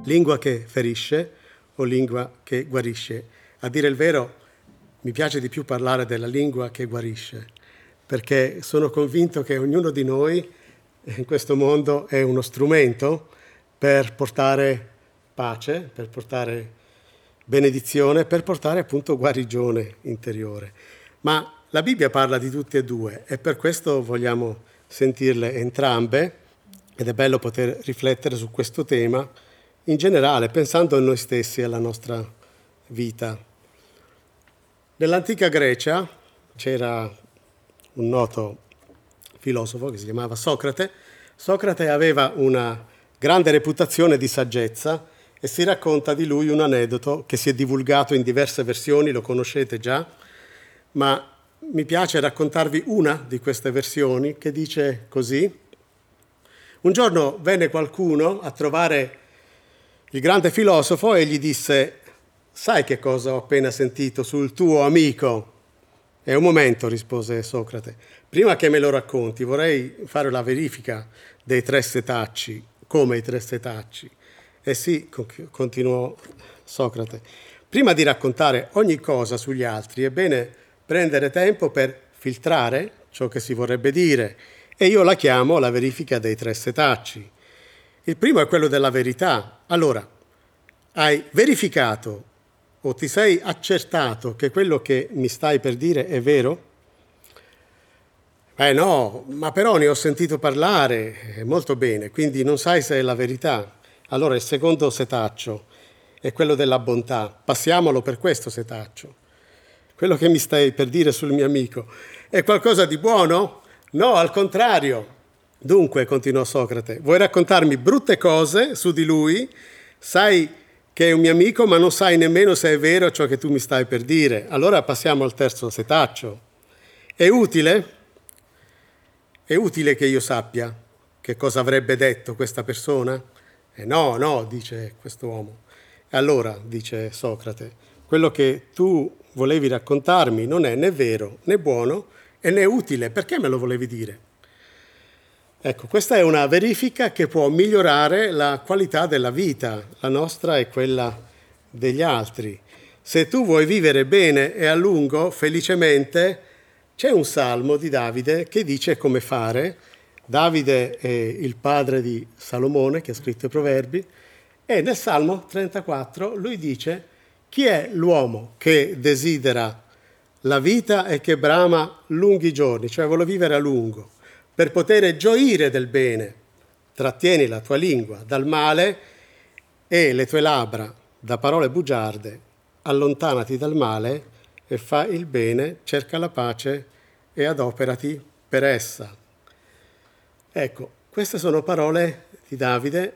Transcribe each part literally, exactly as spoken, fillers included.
lingua che ferisce o lingua che guarisce. A dire il vero, mi piace di più parlare della lingua che guarisce, perché sono convinto che ognuno di noi in questo mondo è uno strumento per portare pace, per portare benedizione, per portare appunto guarigione interiore. Ma la Bibbia parla di tutte e due e per questo vogliamo sentirle entrambe ed è bello poter riflettere su questo tema in generale, pensando a noi stessi e alla nostra vita. Nell'antica Grecia c'era un noto filosofo che si chiamava Socrate. Socrate aveva una grande reputazione di saggezza e si racconta di lui un aneddoto che si è divulgato in diverse versioni, lo conoscete già, ma mi piace raccontarvi una di queste versioni che dice così. Un giorno venne qualcuno a trovare il grande filosofo e gli disse: sai che cosa ho appena sentito sul tuo amico? È un momento, rispose Socrate. Prima che me lo racconti vorrei fare la verifica dei tre setacci. Come i tre setacci? Eh sì, continuò Socrate. Prima di raccontare ogni cosa sugli altri è bene prendere tempo per filtrare ciò che si vorrebbe dire e io la chiamo la verifica dei tre setacci. Il primo è quello della verità. Allora, hai verificato o ti sei accertato che quello che mi stai per dire è vero? Eh no, ma però ne ho sentito parlare molto bene, quindi non sai se è la verità. Allora il secondo setaccio è quello della bontà. Passiamolo per questo setaccio. Quello che mi stai per dire sul mio amico è qualcosa di buono? No, al contrario. Dunque, continuò Socrate, vuoi raccontarmi brutte cose su di lui? Sai che è un mio amico, ma non sai nemmeno se è vero ciò che tu mi stai per dire. Allora passiamo al terzo setaccio. È utile? È utile che io sappia che cosa avrebbe detto questa persona? Eh no, no, dice quest'uomo. E allora, dice Socrate, quello che tu volevi raccontarmi non è né vero, né buono e né utile. Perché me lo volevi dire? Ecco, questa è una verifica che può migliorare la qualità della vita, la nostra e quella degli altri. Se tu vuoi vivere bene e a lungo, felicemente, c'è un salmo di Davide che dice come fare. Davide è il padre di Salomone, che ha scritto i Proverbi, e nel Salmo trentaquattro lui dice: chi è l'uomo che desidera la vita e che brama lunghi giorni, cioè vuole vivere a lungo, per poter gioire del bene? Trattieni la tua lingua dal male e le tue labbra da parole bugiarde, allontanati dal male e fa il bene, cerca la pace e adoperati per essa. Ecco, queste sono parole di Davide.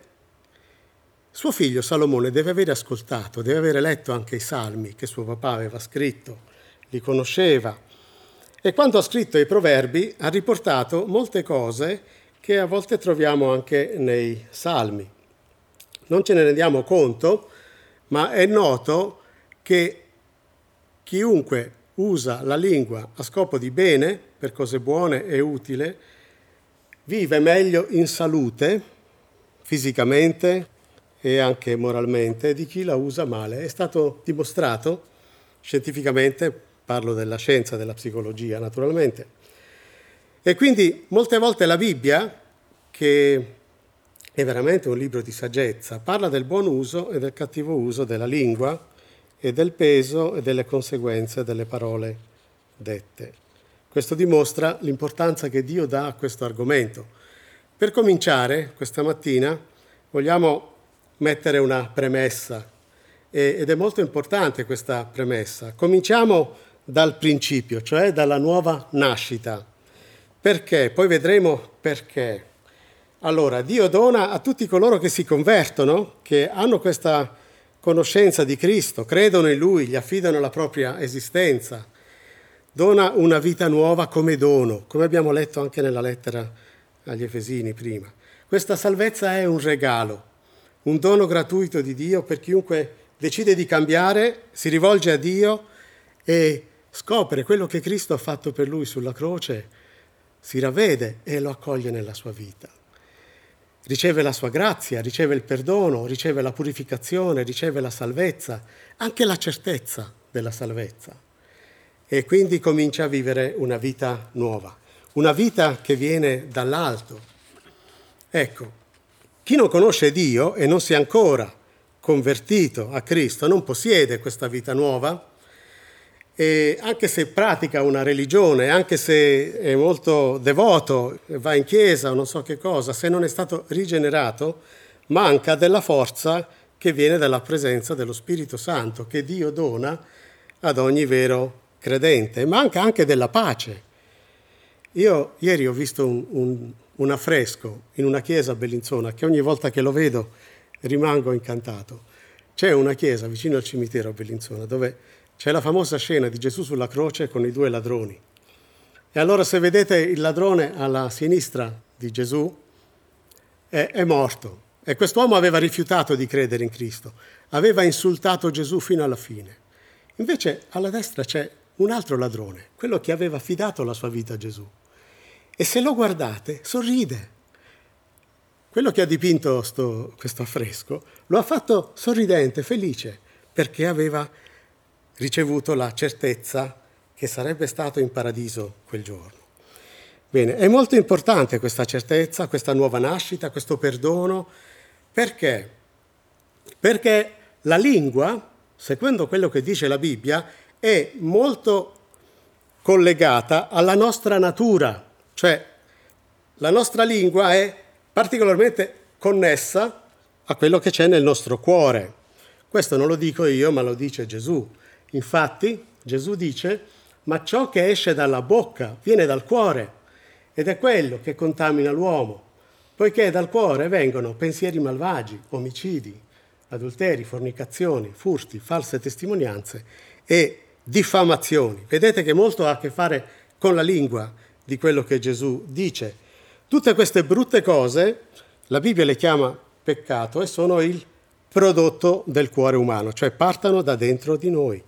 Suo figlio Salomone deve aver ascoltato, deve aver letto anche i salmi che suo papà aveva scritto, li conosceva. E quando ha scritto i Proverbi ha riportato molte cose che a volte troviamo anche nei salmi. Non ce ne rendiamo conto, ma è noto che chiunque usa la lingua a scopo di bene, per cose buone e utili, vive meglio in salute, fisicamente e anche moralmente, di chi la usa male. È stato dimostrato scientificamente, parlo della scienza, della psicologia naturalmente. E quindi molte volte la Bibbia, che è veramente un libro di saggezza, parla del buon uso e del cattivo uso della lingua e del peso e delle conseguenze delle parole dette. Questo dimostra l'importanza che Dio dà a questo argomento. Per cominciare, questa mattina, vogliamo mettere una premessa, ed è molto importante questa premessa. Cominciamo dal principio, cioè dalla nuova nascita. Perché? Poi vedremo perché. Allora, Dio dona a tutti coloro che si convertono, che hanno questa conoscenza di Cristo, credono in Lui, gli affidano la propria esistenza, dona una vita nuova come dono, come abbiamo letto anche nella lettera agli Efesini prima. Questa salvezza è un regalo, un dono gratuito di Dio per chiunque decide di cambiare, si rivolge a Dio e scopre quello che Cristo ha fatto per lui sulla croce, si ravvede e lo accoglie nella sua vita. riceve la sua grazia, riceve il perdono, riceve la purificazione, riceve la salvezza, anche la certezza della salvezza. E quindi comincia a vivere una vita nuova, una vita che viene dall'alto. Ecco, chi non conosce Dio e non si è ancora convertito a Cristo non possiede questa vita nuova, e anche se pratica una religione, anche se è molto devoto, va in chiesa o non so che cosa, se non è stato rigenerato, manca della forza che viene dalla presenza dello Spirito Santo, che Dio dona ad ogni vero credente. Manca anche della pace. Io ieri ho visto un, un, un affresco in una chiesa a Bellinzona, che ogni volta che lo vedo rimango incantato. C'è una chiesa vicino al cimitero a Bellinzona, dove c'è la famosa scena di Gesù sulla croce con i due ladroni. E allora se vedete il ladrone alla sinistra di Gesù, è, è morto. E quest'uomo aveva rifiutato di credere in Cristo, aveva insultato Gesù fino alla fine. Invece alla destra c'è un altro ladrone, quello che aveva affidato la sua vita a Gesù. E se lo guardate, sorride. Quello che ha dipinto sto, questo affresco lo ha fatto sorridente, felice, perché aveva ricevuto la certezza che sarebbe stato in paradiso quel giorno. Bene, è molto importante questa certezza, questa nuova nascita, questo perdono. Perché? Perché la lingua, secondo quello che dice la Bibbia, è molto collegata alla nostra natura, cioè la nostra lingua è particolarmente connessa a quello che c'è nel nostro cuore. Questo non lo dico io, ma lo dice Gesù. Infatti Gesù dice: ma ciò che esce dalla bocca viene dal cuore ed è quello che contamina l'uomo, poiché dal cuore vengono pensieri malvagi, omicidi, adulteri, fornicazioni, furti, false testimonianze e diffamazioni. Vedete che molto ha a che fare con la lingua di quello che Gesù dice. Tutte queste brutte cose la Bibbia le chiama peccato e sono il prodotto del cuore umano, cioè partono da dentro di noi.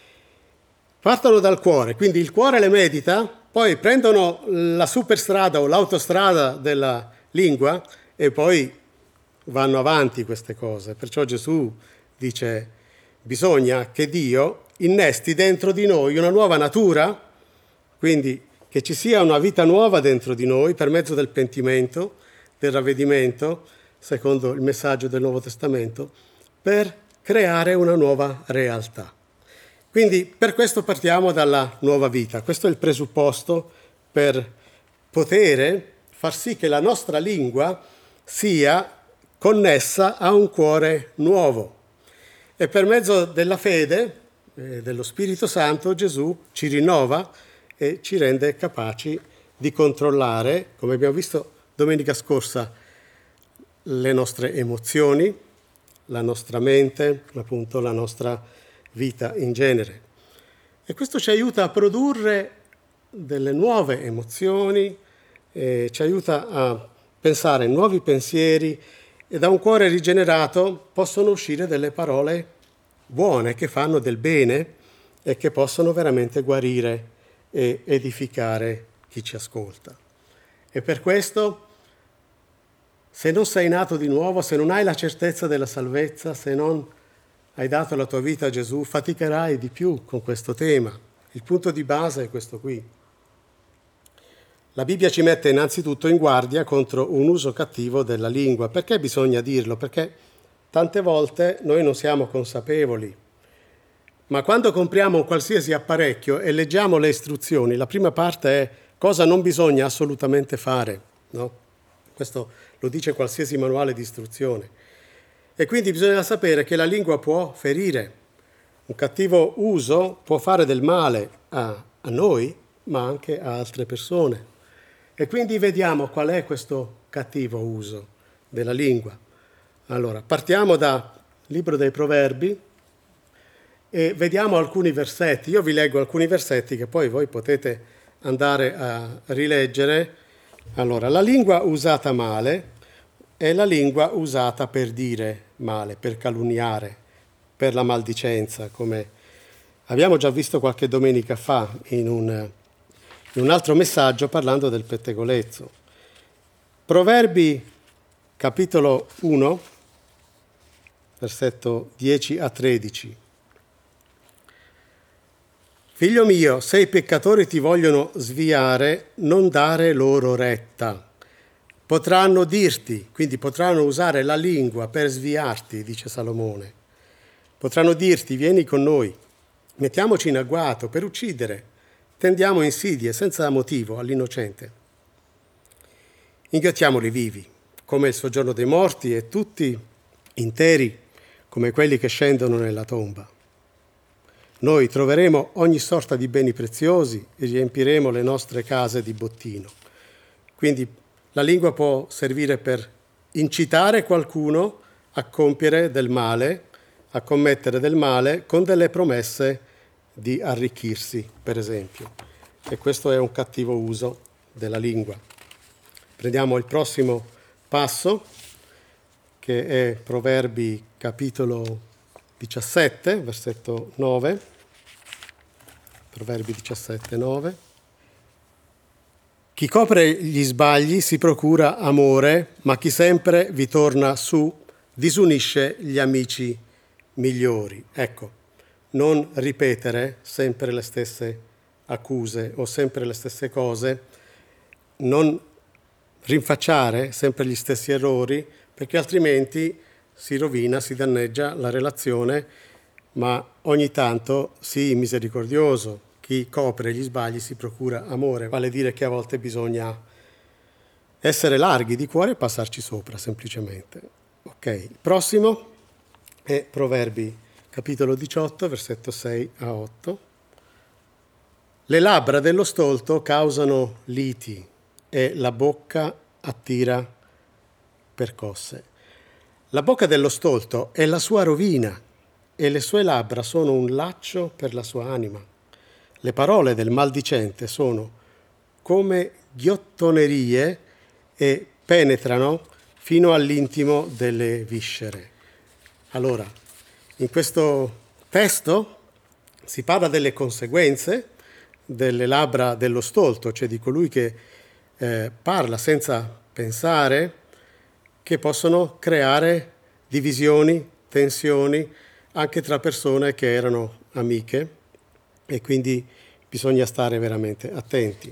Partono dal cuore, quindi il cuore le medita, poi prendono la superstrada o l'autostrada della lingua e poi vanno avanti queste cose. Perciò Gesù dice: bisogna che Dio innesti dentro di noi una nuova natura, quindi che ci sia una vita nuova dentro di noi per mezzo del pentimento, del ravvedimento, secondo il messaggio del Nuovo Testamento, per creare una nuova realtà. Quindi per questo partiamo dalla nuova vita. Questo è il presupposto per poter far sì che la nostra lingua sia connessa a un cuore nuovo. E per mezzo della fede e dello Spirito Santo Gesù ci rinnova e ci rende capaci di controllare, come abbiamo visto domenica scorsa, le nostre emozioni, la nostra mente, appunto la nostra vita in genere. E questo ci aiuta a produrre delle nuove emozioni, eh, ci aiuta a pensare nuovi pensieri e da un cuore rigenerato possono uscire delle parole buone che fanno del bene e che possono veramente guarire e edificare chi ci ascolta. E per questo, se non sei nato di nuovo, se non hai la certezza della salvezza, se non hai dato la tua vita a Gesù, faticherai di più con questo tema. Il punto di base è questo qui. La Bibbia ci mette innanzitutto in guardia contro un uso cattivo della lingua. Perché bisogna dirlo? Perché tante volte noi non siamo consapevoli. Ma quando compriamo un qualsiasi apparecchio e leggiamo le istruzioni, la prima parte è cosa non bisogna assolutamente fare, no? Questo lo dice qualsiasi manuale di istruzione. E quindi bisogna sapere che la lingua può ferire. Un cattivo uso può fare del male a, a noi, ma anche a altre persone. E quindi vediamo qual è questo cattivo uso della lingua. Allora, partiamo dal libro dei Proverbi e vediamo alcuni versetti. Io vi leggo alcuni versetti che poi voi potete andare a rileggere. Allora, la lingua usata male è la lingua usata per dire male, per calunniare, per la maldicenza, come abbiamo già visto qualche domenica fa in un, in un altro messaggio parlando del pettegolezzo. Proverbi capitolo uno, versetto dieci a tredici. Figlio mio, se i peccatori ti vogliono sviare, non dare loro retta. Potranno dirti, quindi potranno usare la lingua per sviarti, dice Salomone. Potranno dirti, vieni con noi, mettiamoci in agguato per uccidere, tendiamo insidie senza motivo all'innocente. Inghiottiamoli vivi, come il soggiorno dei morti, e tutti interi, come quelli che scendono nella tomba. Noi troveremo ogni sorta di beni preziosi e riempiremo le nostre case di bottino. Quindi la lingua può servire per incitare qualcuno a compiere del male, a commettere del male con delle promesse di arricchirsi, per esempio. E questo è un cattivo uso della lingua. Prendiamo il prossimo passo, che è Proverbi capitolo diciassette, versetto nove. Proverbi diciassette, nove. Chi copre gli sbagli si procura amore, ma chi sempre vi torna su disunisce gli amici migliori. Ecco, non ripetere sempre le stesse accuse o sempre le stesse cose, non rinfacciare sempre gli stessi errori, perché altrimenti si rovina, si danneggia la relazione, ma ogni tanto sii misericordioso. Chi copre gli sbagli si procura amore, vale dire che a volte bisogna essere larghi di cuore e passarci sopra, semplicemente. Ok, il prossimo è Proverbi, capitolo diciotto, versetto sei a otto. Le labbra dello stolto causano liti e la bocca attira percosse. La bocca dello stolto è la sua rovina e le sue labbra sono un laccio per la sua anima. Le parole del maldicente sono come ghiottonerie e penetrano fino all'intimo delle viscere. Allora, in questo testo si parla delle conseguenze delle labbra dello stolto, cioè di colui che eh, parla senza pensare, che possono creare divisioni, tensioni anche tra persone che erano amiche, e quindi bisogna stare veramente attenti.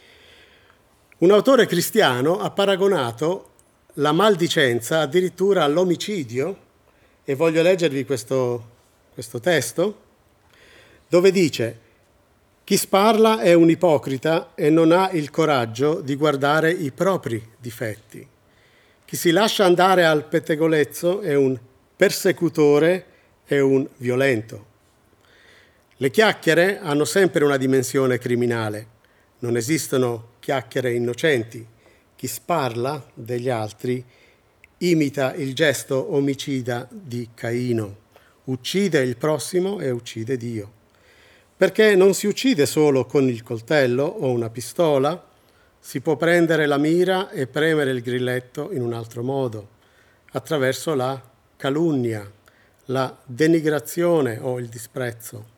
Un autore cristiano ha paragonato la maldicenza addirittura all'omicidio, e voglio leggervi questo, questo testo, dove dice: chi sparla è un ipocrita e non ha il coraggio di guardare i propri difetti. Chi si lascia andare al pettegolezzo è un persecutore e un violento. Le chiacchiere hanno sempre una dimensione criminale. Non esistono chiacchiere innocenti. Chi sparla degli altri imita il gesto omicida di Caino. Uccide il prossimo e uccide Dio. Perché non si uccide solo con il coltello o una pistola, si può prendere la mira e premere il grilletto in un altro modo, attraverso la calunnia, la denigrazione o il disprezzo.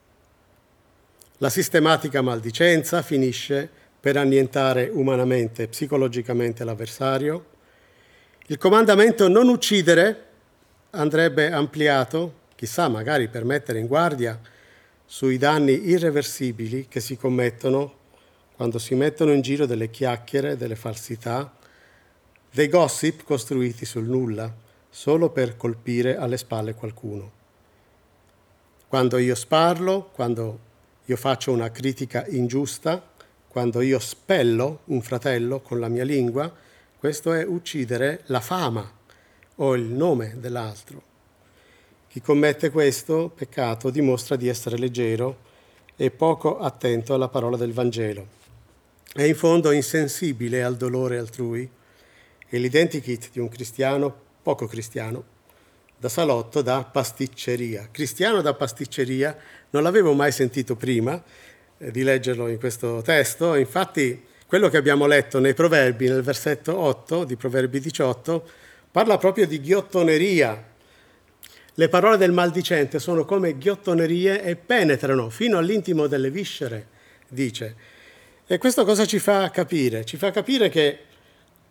La sistematica maldicenza finisce per annientare umanamente e psicologicamente l'avversario. Il comandamento non uccidere andrebbe ampliato, chissà, magari per mettere in guardia sui danni irreversibili che si commettono quando si mettono in giro delle chiacchiere, delle falsità, dei gossip costruiti sul nulla, solo per colpire alle spalle qualcuno. Quando io sparlo, quando io faccio una critica ingiusta, quando io spello un fratello con la mia lingua, questo è uccidere la fama o il nome dell'altro. Chi commette questo peccato dimostra di essere leggero e poco attento alla parola del Vangelo. È in fondo insensibile al dolore altrui e l'identikit di un cristiano poco cristiano, da salotto, da pasticceria. Cristiano da pasticceria non l'avevo mai sentito prima eh, di leggerlo in questo testo. Infatti quello che abbiamo letto nei Proverbi, nel versetto otto di Proverbi diciotto, parla proprio di ghiottoneria. Le parole del maldicente sono come ghiottonerie e penetrano fino all'intimo delle viscere, dice. E questo cosa ci fa capire? Ci fa capire che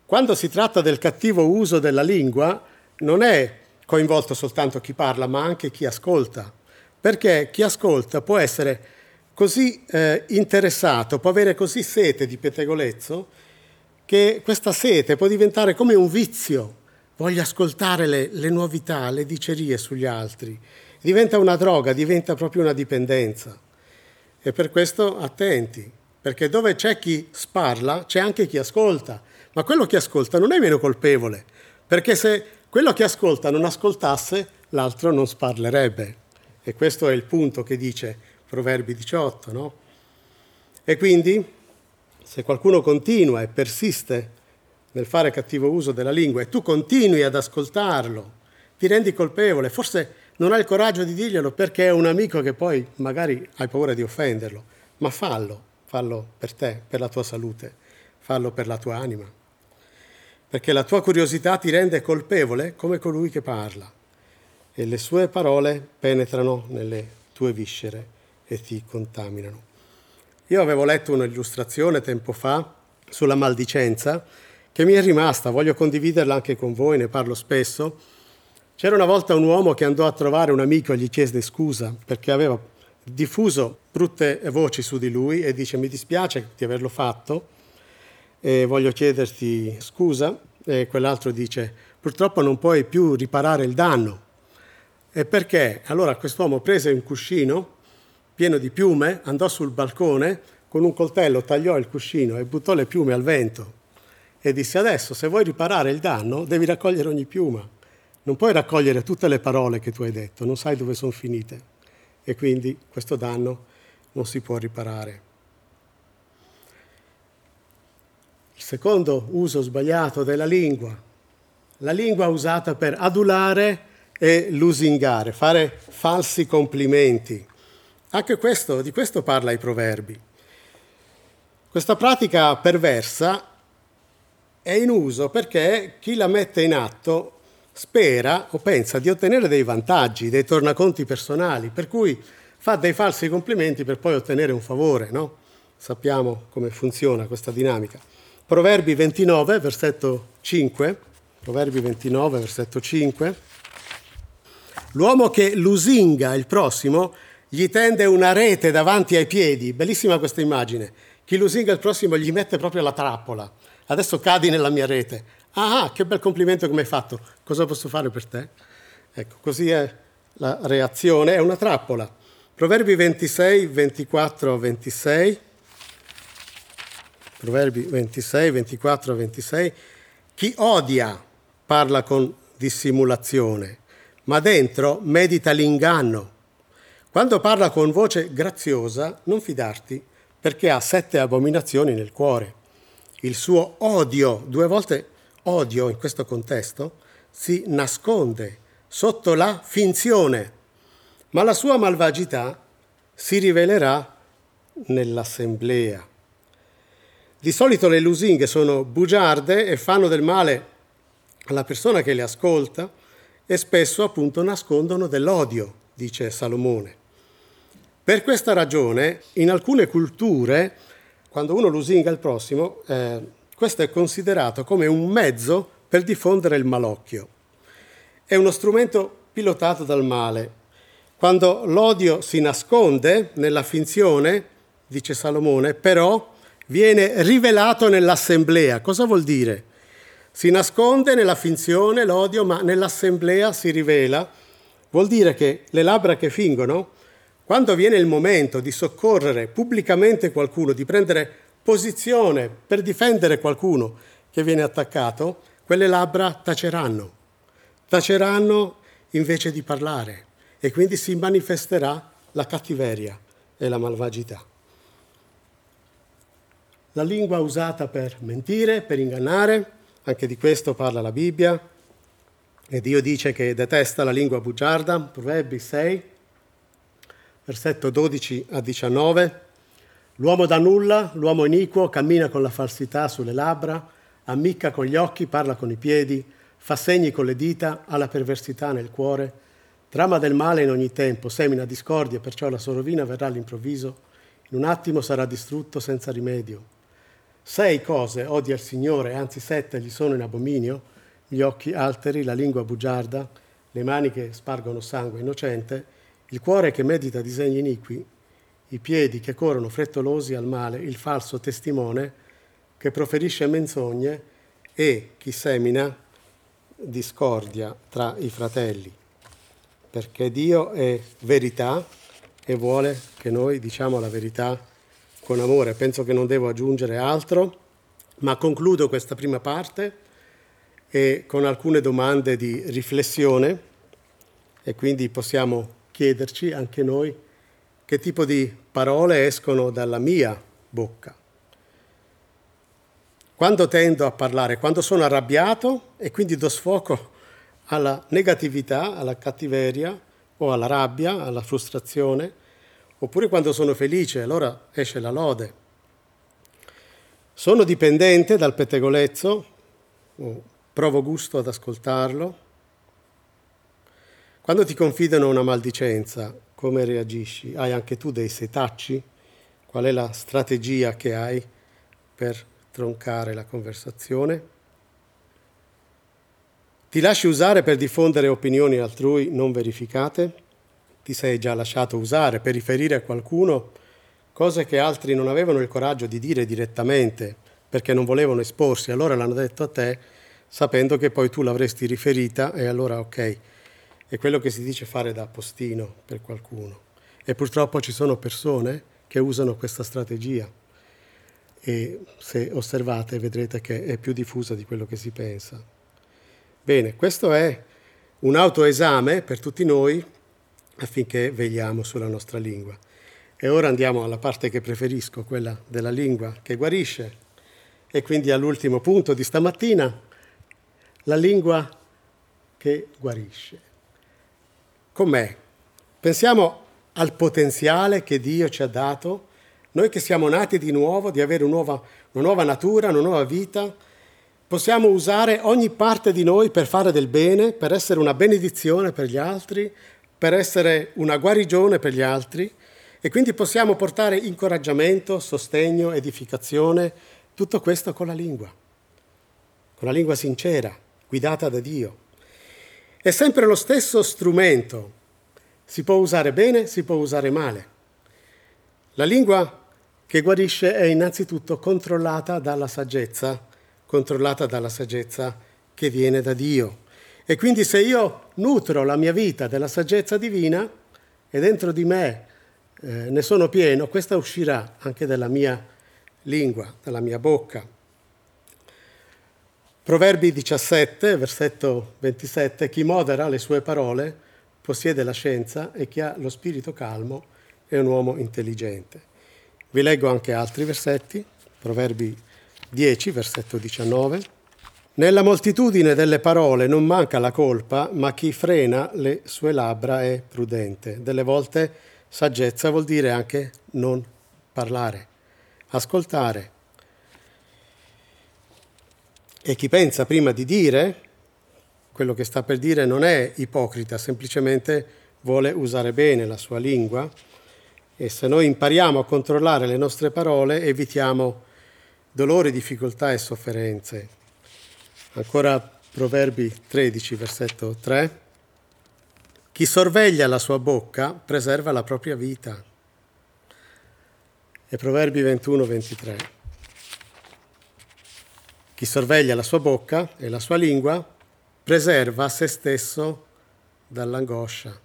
quando si tratta del cattivo uso della lingua, non è coinvolto soltanto chi parla, ma anche chi ascolta, perché chi ascolta può essere così eh, interessato, può avere così sete di pettegolezzo, che questa sete può diventare come un vizio. Voglio ascoltare le, le novità, le dicerie sugli altri. Diventa una droga, diventa proprio una dipendenza. E per questo attenti, perché dove c'è chi sparla, c'è anche chi ascolta. Ma quello che ascolta non è meno colpevole, perché se quello che ascolta non ascoltasse, l'altro non sparlerebbe. E questo è il punto che dice Proverbi diciotto, no? E quindi, se qualcuno continua e persiste nel fare cattivo uso della lingua e tu continui ad ascoltarlo, ti rendi colpevole, forse non hai il coraggio di dirglielo perché è un amico che poi magari hai paura di offenderlo, ma fallo, fallo per te, per la tua salute, fallo per la tua anima, perché la tua curiosità ti rende colpevole come colui che parla e le sue parole penetrano nelle tue viscere e ti contaminano. Io avevo letto un'illustrazione tempo fa sulla maldicenza che mi è rimasta, voglio condividerla anche con voi, ne parlo spesso. C'era una volta un uomo che andò a trovare un amico e gli chiese scusa perché aveva diffuso brutte voci su di lui e dice: mi dispiace di averlo fatto e voglio chiederti scusa. E quell'altro dice: purtroppo non puoi più riparare il danno. E perché? Allora quest'uomo prese un cuscino pieno di piume, andò sul balcone, con un coltello tagliò il cuscino e buttò le piume al vento e disse: adesso se vuoi riparare il danno devi raccogliere ogni piuma, non puoi raccogliere tutte le parole che tu hai detto, non sai dove sono finite e quindi questo danno non si può riparare. Il secondo uso sbagliato della lingua, la lingua usata per adulare e lusingare, fare falsi complimenti. Anche questo, di questo parla i Proverbi. Questa pratica perversa è in uso perché chi la mette in atto spera o pensa di ottenere dei vantaggi, dei tornaconti personali, per cui fa dei falsi complimenti per poi ottenere un favore, no? Sappiamo come funziona questa dinamica. Proverbi ventinove, versetto cinque. Proverbi ventinove, versetto cinque. L'uomo che lusinga il prossimo gli tende una rete davanti ai piedi. Bellissima questa immagine. Chi lusinga il prossimo gli mette proprio la trappola. Adesso cadi nella mia rete. Ah, che bel complimento che mi hai fatto. Cosa posso fare per te? Ecco, così è la reazione, è una trappola. Proverbi ventisei, ventiquattro a ventisei. Proverbi ventisei, ventiquattro a ventisei. Chi odia parla con dissimulazione, ma dentro medita l'inganno. Quando parla con voce graziosa, non fidarti, perché ha sette abominazioni nel cuore. Il suo odio, due volte odio in questo contesto, si nasconde sotto la finzione, ma la sua malvagità si rivelerà nell'assemblea. Di solito le lusinghe sono bugiarde e fanno del male alla persona che le ascolta e spesso appunto nascondono dell'odio, dice Salomone. Per questa ragione, in alcune culture, quando uno lusinga il prossimo, eh, questo è considerato come un mezzo per diffondere il malocchio. È uno strumento pilotato dal male. Quando l'odio si nasconde nella finzione, dice Salomone, però viene rivelato nell'assemblea. Cosa vuol dire? Si nasconde nella finzione l'odio, ma nell'assemblea si rivela. Vuol dire che le labbra che fingono, quando viene il momento di soccorrere pubblicamente qualcuno, di prendere posizione per difendere qualcuno che viene attaccato, quelle labbra taceranno. Taceranno invece di parlare e quindi si manifesterà la cattiveria e la malvagità. La lingua usata per mentire, per ingannare, anche di questo parla la Bibbia, e Dio dice che detesta la lingua bugiarda, Proverbi sei, versetto dodici a diciannove. L'uomo da nulla, l'uomo iniquo, cammina con la falsità sulle labbra, ammicca con gli occhi, parla con i piedi, fa segni con le dita, ha la perversità nel cuore, trama del male in ogni tempo, semina discordia, perciò la sua rovina verrà all'improvviso, in un attimo sarà distrutto senza rimedio. sei cose odia il Signore, anzi sette gli sono in abominio, gli occhi alteri, la lingua bugiarda, le mani che spargono sangue innocente, il cuore che medita disegni iniqui, i piedi che corrono frettolosi al male, il falso testimone che proferisce menzogne e chi semina discordia tra i fratelli. Perché Dio è verità e vuole che noi diciamo la verità con amore. Penso che non devo aggiungere altro, ma concludo questa prima parte e con alcune domande di riflessione e quindi possiamo chiederci anche noi che tipo di parole escono dalla mia bocca. Quando tendo a parlare, quando sono arrabbiato e quindi do sfogo alla negatività, alla cattiveria o alla rabbia, alla frustrazione, oppure quando sono felice, allora esce la lode. Sono dipendente dal pettegolezzo, o provo gusto ad ascoltarlo. Quando ti confidano una maldicenza, come reagisci? Hai anche tu dei setacci? Qual è la strategia che hai per troncare la conversazione? Ti lasci usare per diffondere opinioni altrui non verificate? Ti sei già lasciato usare per riferire a qualcuno cose che altri non avevano il coraggio di dire direttamente perché non volevano esporsi, allora l'hanno detto a te sapendo che poi tu l'avresti riferita e allora ok. È quello che si dice fare da postino per qualcuno. E purtroppo ci sono persone che usano questa strategia e se osservate vedrete che è più diffusa di quello che si pensa. Bene, questo è un autoesame per tutti noi affinché vegliamo sulla nostra lingua. E ora andiamo alla parte che preferisco, quella della lingua che guarisce. E quindi all'ultimo punto di stamattina, la lingua che guarisce. Com'è? Pensiamo al potenziale che Dio ci ha dato, noi che siamo nati di nuovo, di avere una nuova, una nuova natura, una nuova vita. Possiamo usare ogni parte di noi per fare del bene, per essere una benedizione per gli altri, per essere una guarigione per gli altri e quindi possiamo portare incoraggiamento, sostegno, edificazione, tutto questo con la lingua, con la lingua sincera, guidata da Dio. È sempre lo stesso strumento, si può usare bene, si può usare male. La lingua che guarisce è innanzitutto controllata dalla saggezza, controllata dalla saggezza che viene da Dio. E quindi se io nutro la mia vita della saggezza divina e dentro di me eh, ne sono pieno, questa uscirà anche dalla mia lingua, dalla mia bocca. Proverbi diciassette, versetto ventisette, chi modera le sue parole possiede la scienza e chi ha lo spirito calmo è un uomo intelligente. Vi leggo anche altri versetti, Proverbi dieci, versetto diciannove. Nella moltitudine delle parole non manca la colpa, ma chi frena le sue labbra è prudente. Delle volte saggezza vuol dire anche non parlare, ascoltare. E chi pensa prima di dire, quello che sta per dire non è ipocrita, semplicemente vuole usare bene la sua lingua. E se noi impariamo a controllare le nostre parole, evitiamo dolori, difficoltà e sofferenze. Ancora Proverbi tredici, versetto tre. Chi sorveglia la sua bocca preserva la propria vita. E Proverbi ventuno, ventitré. Chi sorveglia la sua bocca e la sua lingua preserva se stesso dall'angoscia.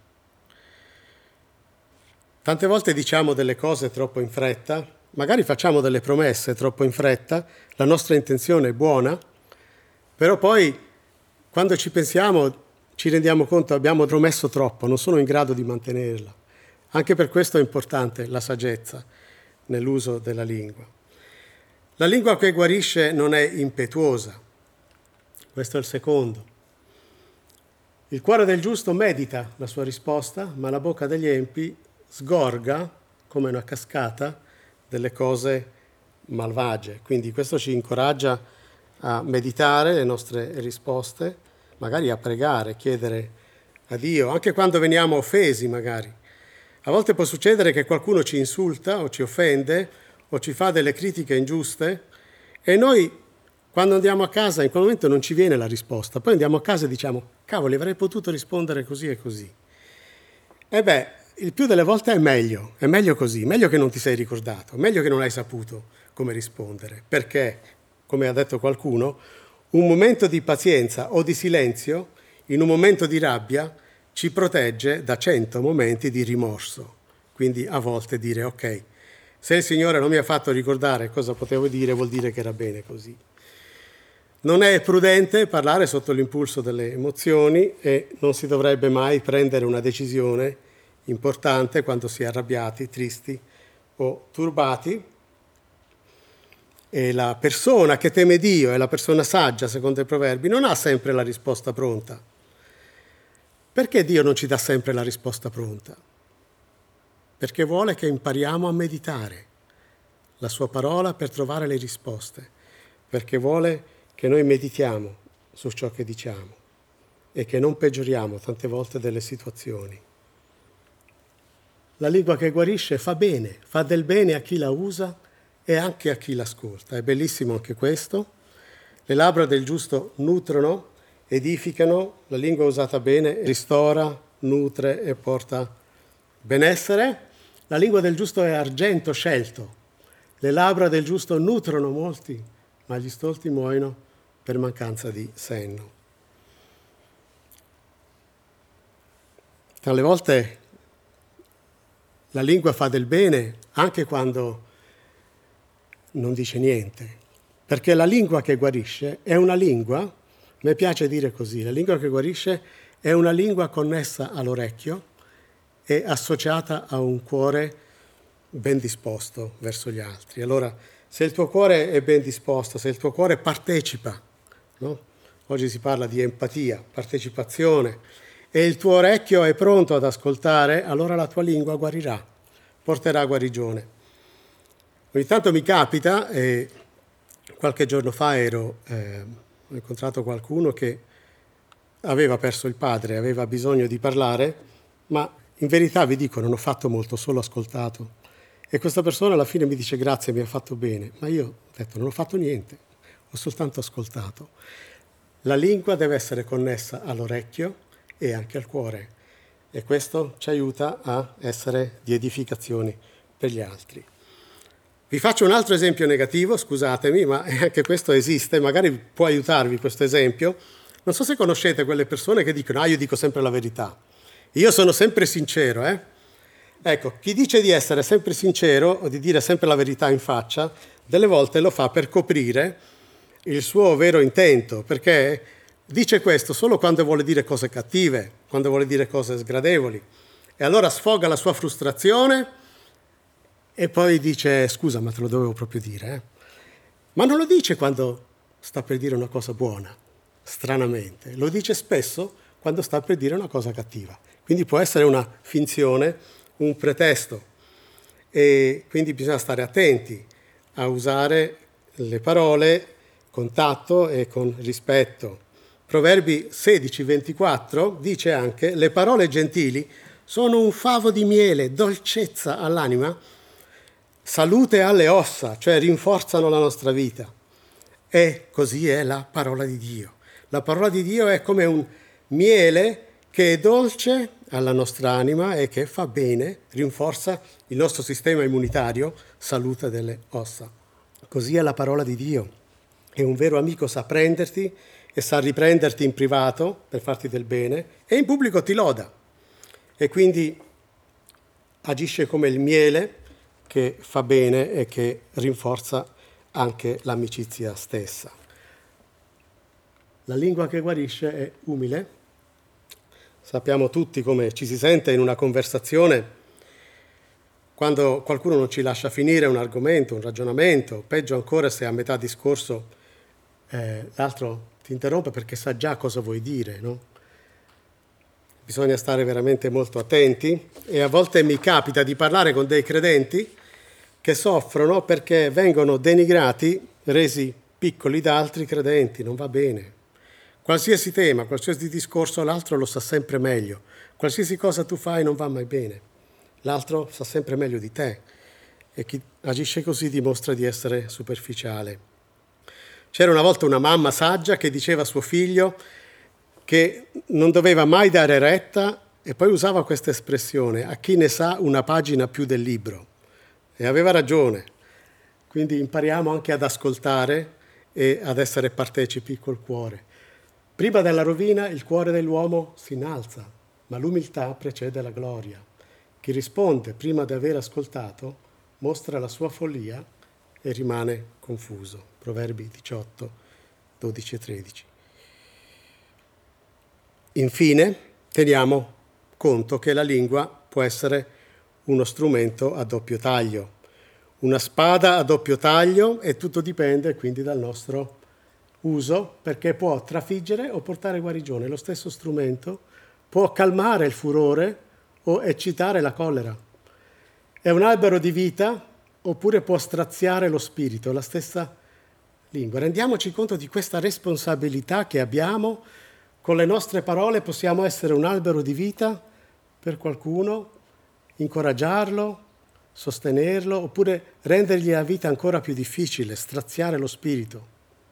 Tante volte diciamo delle cose troppo in fretta, magari facciamo delle promesse troppo in fretta, la nostra intenzione è buona, però poi quando ci pensiamo ci rendiamo conto che abbiamo promesso troppo, non sono in grado di mantenerla. Anche per questo è importante la saggezza nell'uso della lingua. La lingua che guarisce non è impetuosa, questo è il secondo. Il cuore del giusto medita la sua risposta, ma la bocca degli empi sgorga come una cascata delle cose malvagie. Quindi questo ci incoraggia a meditare le nostre risposte, magari a pregare, chiedere a Dio, anche quando veniamo offesi magari. A volte può succedere che qualcuno ci insulta o ci offende o ci fa delle critiche ingiuste E noi, quando andiamo a casa, in quel momento non ci viene la risposta. Poi andiamo a casa e diciamo, cavoli, avrei potuto rispondere così e così. E beh, il più delle volte è meglio, è meglio così, meglio che non ti sei ricordato, meglio che non hai saputo come rispondere. Perché, come ha detto qualcuno, un momento di pazienza o di silenzio, in un momento di rabbia, ci protegge da cento momenti di rimorso. Quindi a volte dire, ok, se il Signore non mi ha fatto ricordare cosa potevo dire, vuol dire che era bene così. Non è prudente parlare sotto l'impulso delle emozioni e non si dovrebbe mai prendere una decisione importante quando si è arrabbiati, tristi o turbati. E la persona che teme Dio è la persona saggia, secondo i proverbi, non ha sempre la risposta pronta. Perché Dio non ci dà sempre la risposta pronta? Perché vuole che impariamo a meditare la sua parola per trovare le risposte, perché vuole che noi meditiamo su ciò che diciamo e che non peggioriamo tante volte delle situazioni. La lingua che guarisce fa bene, fa del bene a chi la usa e anche a chi l'ascolta. È bellissimo anche questo. Le labbra del giusto nutrono, edificano, la lingua usata bene ristora, nutre e porta benessere. La lingua del giusto è argento scelto. Le labbra del giusto nutrono molti, ma gli stolti muoiono per mancanza di senno. Alle volte la lingua fa del bene anche quando non dice niente, perché la lingua che guarisce è una lingua, mi piace dire così, la lingua che guarisce è una lingua connessa all'orecchio e associata a un cuore ben disposto verso gli altri. Allora, se il tuo cuore è ben disposto, se il tuo cuore partecipa, no? Oggi si parla di empatia, partecipazione, e il tuo orecchio è pronto ad ascoltare, allora la tua lingua guarirà, porterà guarigione. Ogni tanto mi capita, e qualche giorno fa ero, eh, ho incontrato qualcuno che aveva perso il padre, aveva bisogno di parlare, ma in verità vi dico, non ho fatto molto, solo ascoltato. E questa persona alla fine mi dice grazie, mi ha fatto bene, ma io ho detto non ho fatto niente, ho soltanto ascoltato. La lingua deve essere connessa all'orecchio e anche al cuore e questo ci aiuta a essere di edificazione per gli altri. Vi faccio un altro esempio negativo, scusatemi, ma anche questo esiste, magari può aiutarvi questo esempio. Non so se conoscete quelle persone che dicono ah io dico sempre la verità, io sono sempre sincero, eh? Ecco, chi dice di essere sempre sincero o di dire sempre la verità in faccia, delle volte lo fa per coprire il suo vero intento, perché dice questo solo quando vuole dire cose cattive, quando vuole dire cose sgradevoli. E allora sfoga la sua frustrazione e poi dice scusa, ma te lo dovevo proprio dire. Eh? Ma non lo dice quando sta per dire una cosa buona, stranamente. Lo dice spesso quando sta per dire una cosa cattiva. Quindi può essere una finzione, un pretesto e quindi bisogna stare attenti a usare le parole con tatto e con rispetto. Proverbi sedici ventiquattro dice anche le parole gentili sono un favo di miele, dolcezza all'anima, salute alle ossa, cioè rinforzano la nostra vita. E così è la parola di Dio. La parola di Dio è come un miele che è dolce alla nostra anima e che fa bene, rinforza il nostro sistema immunitario, salute delle ossa. Così è la parola di Dio. E un vero amico sa prenderti e sa riprenderti in privato per farti del bene e in pubblico ti loda. E quindi agisce come il miele che fa bene e che rinforza anche l'amicizia stessa. La lingua che guarisce è umile. Sappiamo tutti come ci si sente in una conversazione quando qualcuno non ci lascia finire un argomento, un ragionamento, peggio ancora se a metà discorso eh, l'altro ti interrompe perché sa già cosa vuoi dire, no? Bisogna stare veramente molto attenti e a volte mi capita di parlare con dei credenti che soffrono perché vengono denigrati, resi piccoli da altri credenti, non va bene. Qualsiasi tema, qualsiasi discorso, l'altro lo sa sempre meglio. Qualsiasi cosa tu fai non va mai bene. L'altro sa sempre meglio di te. E chi agisce così dimostra di essere superficiale. C'era una volta una mamma saggia che diceva a suo figlio che non doveva mai dare retta, e poi usava questa espressione: a chi ne sa una pagina più del libro. E aveva ragione. Quindi impariamo anche ad ascoltare e ad essere partecipi col cuore. Prima della rovina il cuore dell'uomo si innalza, ma l'umiltà precede la gloria. Chi risponde prima di aver ascoltato mostra la sua follia e rimane confuso. Proverbi diciotto, dodici e tredici. Infine, teniamo conto che la lingua può essere uno strumento a doppio taglio, una spada a doppio taglio, e tutto dipende quindi dal nostro uso, perché può trafiggere o portare guarigione. Lo stesso strumento può calmare il furore o eccitare la collera. È un albero di vita oppure può straziare lo spirito, la stessa lingua. Rendiamoci conto di questa responsabilità che abbiamo. Con le nostre parole possiamo essere un albero di vita per qualcuno, incoraggiarlo, sostenerlo, oppure rendergli la vita ancora più difficile, straziare lo spirito,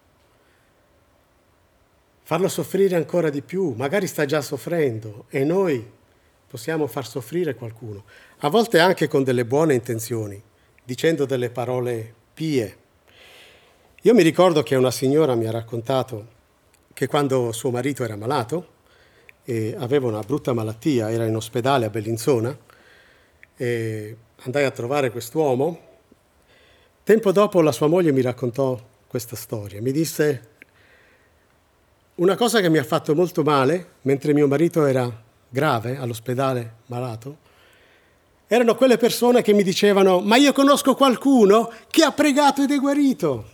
farlo soffrire ancora di più. Magari sta già soffrendo e noi possiamo far soffrire qualcuno, a volte anche con delle buone intenzioni, dicendo delle parole pie. Io mi ricordo che una signora mi ha raccontato che quando suo marito era malato e aveva una brutta malattia, era in ospedale a Bellinzona, e andai a trovare quest'uomo. Tempo dopo la sua moglie mi raccontò questa storia. Mi disse: una cosa che mi ha fatto molto male mentre mio marito era grave all'ospedale malato erano quelle persone che mi dicevano: ma io conosco qualcuno che ha pregato ed è guarito.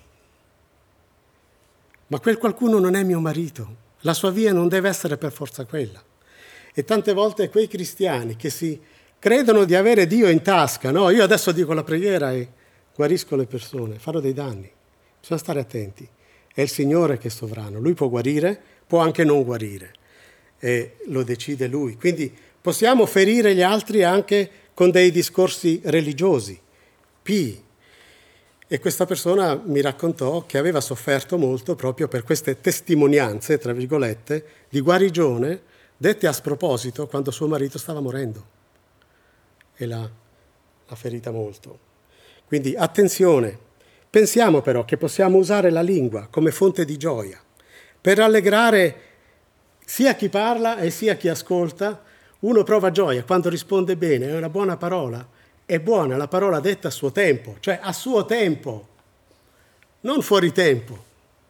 Ma quel qualcuno non è mio marito, la sua via non deve essere per forza quella. E tante volte quei cristiani che si credono di avere Dio in tasca, no? Io adesso dico la preghiera e guarisco le persone, farò dei danni. Bisogna stare attenti. È il Signore che è sovrano, Lui può guarire, può anche non guarire, e lo decide Lui. Quindi possiamo ferire gli altri anche con dei discorsi religiosi, pii. E questa persona mi raccontò che aveva sofferto molto proprio per queste testimonianze, tra virgolette, di guarigione dette a sproposito quando suo marito stava morendo. E l'ha, l'ha ferita molto. Quindi attenzione, pensiamo però che possiamo usare la lingua come fonte di gioia, per rallegrare sia chi parla e sia chi ascolta. Uno prova gioia quando risponde bene, è una buona parola. È buona la parola detta a suo tempo, cioè a suo tempo, non fuori tempo.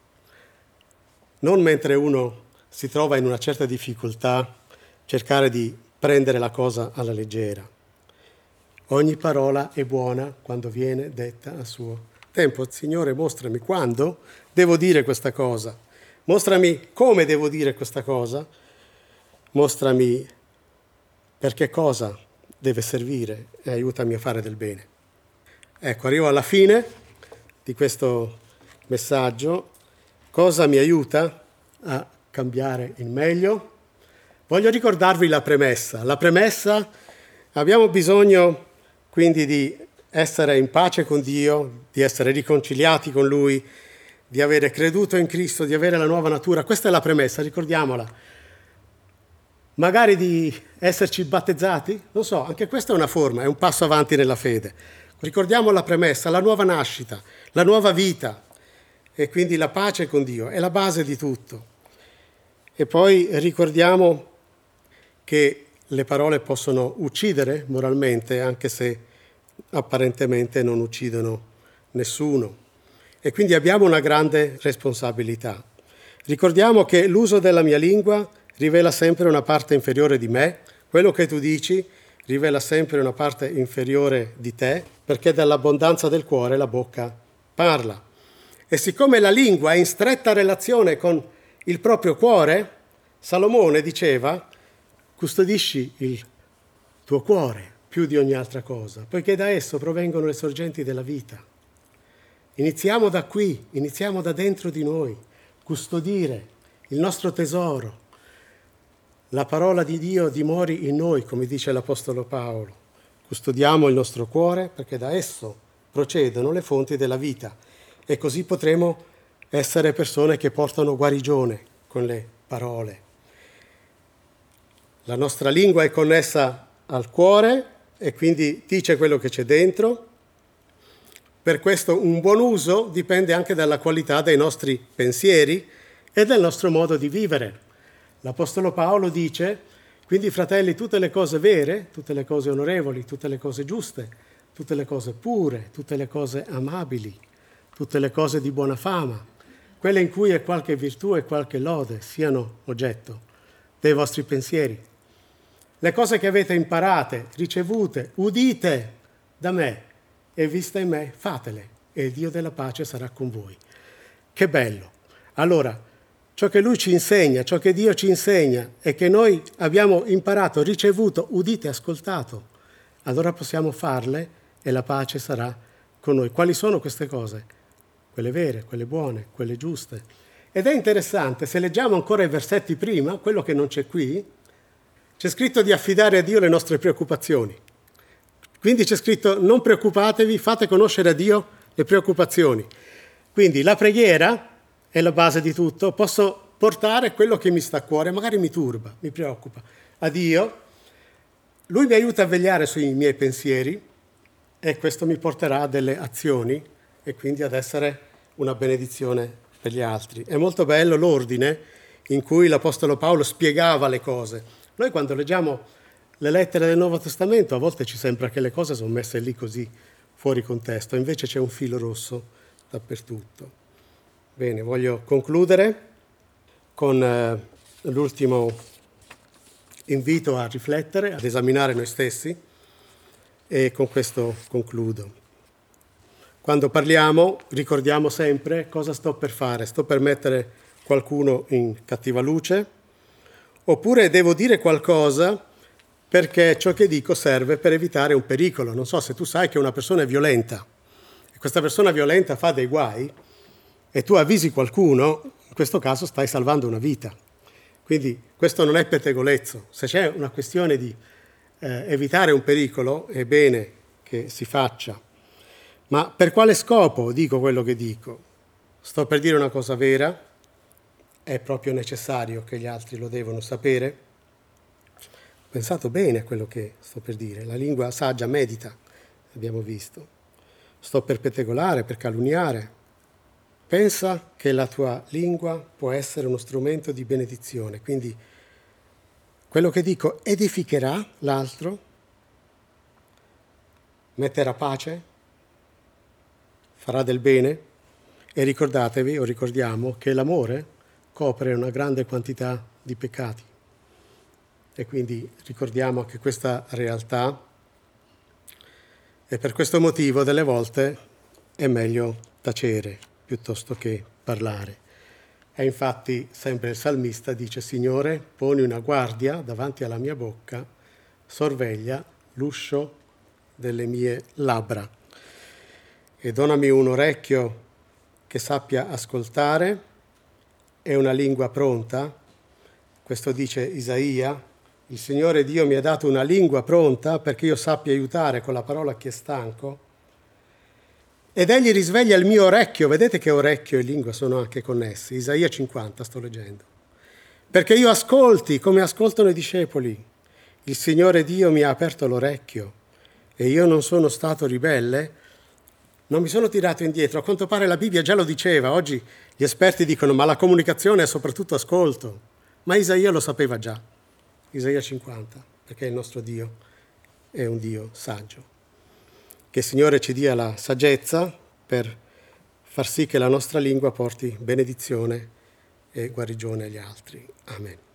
Non mentre uno si trova in una certa difficoltà, cercare di prendere la cosa alla leggera. Ogni parola è buona quando viene detta a suo tempo. Signore, mostrami quando devo dire questa cosa, mostrami come devo dire questa cosa, mostrami per che cosa deve servire e aiutami a fare del bene. Ecco, arrivo alla fine di questo messaggio. Cosa mi aiuta a cambiare in meglio? Voglio ricordarvi la premessa. La premessa, abbiamo bisogno quindi di essere in pace con Dio, di essere riconciliati con Lui, di avere creduto in Cristo, di avere la nuova natura. Questa è la premessa, ricordiamola. Magari di esserci battezzati, non so, anche questa è una forma, è un passo avanti nella fede. Ricordiamo la premessa, la nuova nascita, la nuova vita, e quindi la pace con Dio, è la base di tutto. E poi ricordiamo che le parole possono uccidere moralmente, anche se apparentemente non uccidono nessuno. E quindi abbiamo una grande responsabilità. Ricordiamo che l'uso della mia lingua rivela sempre una parte inferiore di me, quello che tu dici rivela sempre una parte inferiore di te, perché dall'abbondanza del cuore la bocca parla. E siccome la lingua è in stretta relazione con il proprio cuore, Salomone diceva: custodisci il tuo cuore più di ogni altra cosa, poiché da esso provengono le sorgenti della vita. Iniziamo da qui, iniziamo da dentro di noi, custodire il nostro tesoro. La parola di Dio dimori in noi, come dice l'Apostolo Paolo. Custodiamo il nostro cuore perché da esso procedono le fonti della vita e così potremo essere persone che portano guarigione con le parole. La nostra lingua è connessa al cuore e quindi dice quello che c'è dentro. Per questo un buon uso dipende anche dalla qualità dei nostri pensieri e del nostro modo di vivere. L'Apostolo Paolo dice: quindi fratelli, tutte le cose vere, tutte le cose onorevoli, tutte le cose giuste, tutte le cose pure, tutte le cose amabili, tutte le cose di buona fama, quelle in cui è qualche virtù e qualche lode, siano oggetto dei vostri pensieri. Le cose che avete imparate, ricevute, udite da me e viste in me, fatele, e il Dio della pace sarà con voi. Che bello! Allora, ciò che Lui ci insegna, ciò che Dio ci insegna e che noi abbiamo imparato, ricevuto, udito e ascoltato, allora possiamo farle e la pace sarà con noi. Quali sono queste cose? Quelle vere, quelle buone, quelle giuste. Ed è interessante, se leggiamo ancora i versetti prima, quello che non c'è qui, c'è scritto di affidare a Dio le nostre preoccupazioni. Quindi c'è scritto: non preoccupatevi, fate conoscere a Dio le preoccupazioni. Quindi la preghiera è la base di tutto. Posso portare quello che mi sta a cuore, magari mi turba, mi preoccupa, a Dio. Lui mi aiuta a vegliare sui miei pensieri e questo mi porterà a delle azioni e quindi ad essere una benedizione per gli altri. È molto bello l'ordine in cui l'Apostolo Paolo spiegava le cose. Noi quando leggiamo le lettere del Nuovo Testamento a volte ci sembra che le cose sono messe lì così fuori contesto, invece c'è un filo rosso dappertutto. Bene, voglio concludere con eh, l'ultimo invito a riflettere, ad esaminare noi stessi e con questo concludo. Quando parliamo ricordiamo sempre cosa sto per fare, sto per mettere qualcuno in cattiva luce oppure devo dire qualcosa perché ciò che dico serve per evitare un pericolo. Non so se tu sai che una persona è violenta e questa persona violenta fa dei guai e tu avvisi qualcuno, in questo caso stai salvando una vita. Quindi questo non è pettegolezzo. Se c'è una questione di eh, evitare un pericolo, è bene che si faccia. Ma per quale scopo dico quello che dico? Sto per dire una cosa vera? È proprio necessario che gli altri lo devono sapere? Ho pensato bene a quello che sto per dire. La lingua saggia medita, abbiamo visto. Sto per pettegolare, per calunniare. Pensa che la tua lingua può essere uno strumento di benedizione. Quindi quello che dico edificherà l'altro, metterà pace, farà del bene. E ricordatevi, o ricordiamo, che l'amore copre una grande quantità di peccati. E quindi ricordiamo che questa realtà, e per questo motivo delle volte è meglio tacere piuttosto che parlare. E infatti sempre il salmista dice: Signore, poni una guardia davanti alla mia bocca, sorveglia l'uscio delle mie labbra e donami un orecchio che sappia ascoltare e una lingua pronta. Questo dice Isaia. Il Signore Dio mi ha dato una lingua pronta perché io sappia aiutare con la parola chi è stanco. Ed egli risveglia il mio orecchio. Vedete che orecchio e lingua sono anche connessi. Isaia cinquanta sto leggendo. Perché io ascolti come ascoltano i discepoli. Il Signore Dio mi ha aperto l'orecchio e io non sono stato ribelle. Non mi sono tirato indietro. A quanto pare la Bibbia già lo diceva. Oggi gli esperti dicono ma la comunicazione è soprattutto ascolto. Ma Isaia lo sapeva già. Isaia cinquanta, perché il nostro Dio è un Dio saggio. Che il Signore ci dia la saggezza per far sì che la nostra lingua porti benedizione e guarigione agli altri. Amen.